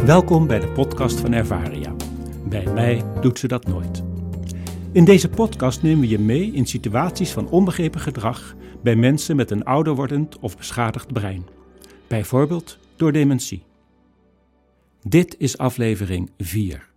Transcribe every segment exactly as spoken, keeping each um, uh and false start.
Welkom bij de podcast van Ervaria. Bij mij doet ze dat nooit. In deze podcast nemen we je mee in situaties van onbegrepen gedrag bij mensen met een ouder wordend of beschadigd brein. Bijvoorbeeld door dementie. Dit is aflevering vier.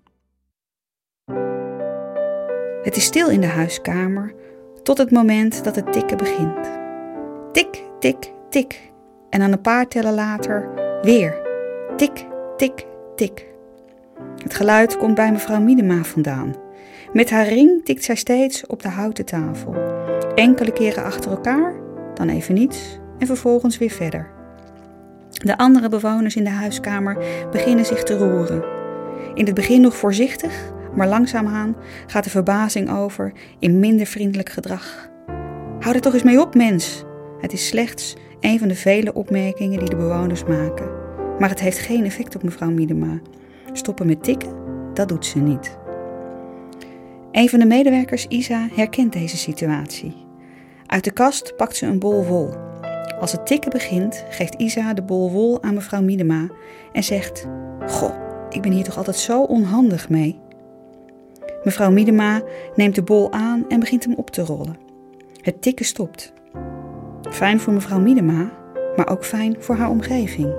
Het is stil in de huiskamer tot het moment dat het tikken begint. Tik, tik, tik. En dan een paar tellen later weer. Tik, tik, tik. Het geluid komt bij mevrouw Miedema vandaan. Met haar ring tikt zij steeds op de houten tafel. Enkele keren achter elkaar, dan even niets en vervolgens weer verder. De andere bewoners in de huiskamer beginnen zich te roeren. In het begin nog voorzichtig, maar langzaamaan gaat de verbazing over in minder vriendelijk gedrag. Hou er toch eens mee op, mens! Het is slechts een van de vele opmerkingen die de bewoners maken. Maar het heeft geen effect op mevrouw Miedema. Stoppen met tikken, dat doet ze niet. Een van de medewerkers, Isa, herkent deze situatie. Uit de kast pakt ze een bol wol. Als het tikken begint, geeft Isa de bol wol aan mevrouw Miedema en zegt: "Goh, ik ben hier toch altijd zo onhandig mee." Mevrouw Miedema neemt de bol aan en begint hem op te rollen. Het tikken stopt. Fijn voor mevrouw Miedema, maar ook fijn voor haar omgeving.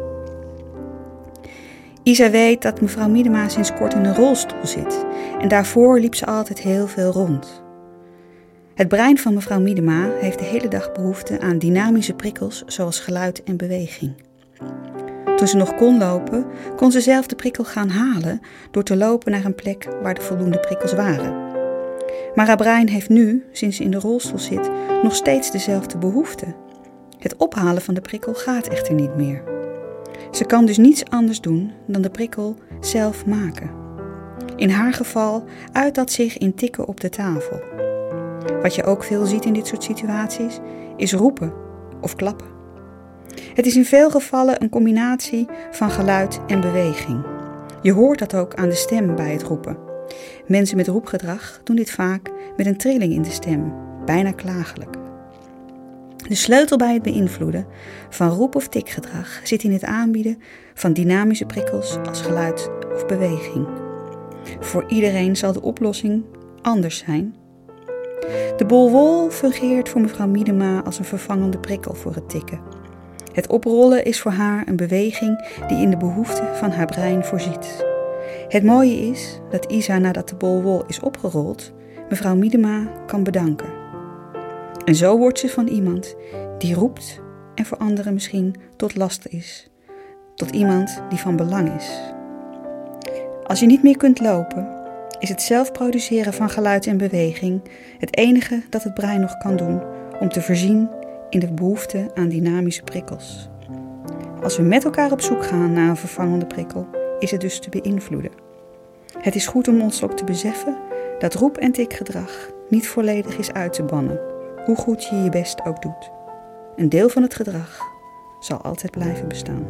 Isa weet dat mevrouw Miedema sinds kort in een rolstoel zit en daarvoor liep ze altijd heel veel rond. Het brein van mevrouw Miedema heeft de hele dag behoefte aan dynamische prikkels zoals geluid en beweging. Toen ze nog kon lopen, kon ze zelf de prikkel gaan halen door te lopen naar een plek waar de voldoende prikkels waren. Maar haar brein heeft nu, sinds ze in de rolstoel zit, nog steeds dezelfde behoefte. Het ophalen van de prikkel gaat echter niet meer. Ze kan dus niets anders doen dan de prikkel zelf maken. In haar geval uit dat zich in tikken op de tafel. Wat je ook veel ziet in dit soort situaties, is roepen of klappen. Het is in veel gevallen een combinatie van geluid en beweging. Je hoort dat ook aan de stem bij het roepen. Mensen met roepgedrag doen dit vaak met een trilling in de stem, bijna klagelijk. De sleutel bij het beïnvloeden van roep- of tikgedrag zit in het aanbieden van dynamische prikkels als geluid of beweging. Voor iedereen zal de oplossing anders zijn. De bol wol fungeert voor mevrouw Miedema als een vervangende prikkel voor het tikken. Het oprollen is voor haar een beweging die in de behoeften van haar brein voorziet. Het mooie is dat Isa, nadat de bol wol is opgerold, mevrouw Miedema kan bedanken. En zo wordt ze van iemand die roept en voor anderen misschien tot last is, tot iemand die van belang is. Als je niet meer kunt lopen, is het zelf produceren van geluid en beweging het enige dat het brein nog kan doen om te voorzien in de behoefte aan dynamische prikkels. Als we met elkaar op zoek gaan naar een vervangende prikkel, is het dus te beïnvloeden. Het is goed om ons ook te beseffen dat roep- en tikgedrag niet volledig is uit te bannen, hoe goed je je best ook doet. Een deel van het gedrag zal altijd blijven bestaan.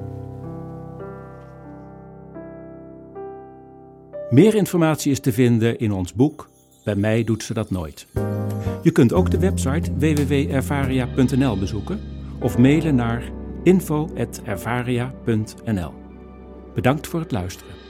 Meer informatie is te vinden in ons boek Bij mij doet ze dat nooit. Je kunt ook de website w w w punt ervaria punt n l bezoeken of mailen naar info punt ervaria punt n l. Bedankt voor het luisteren.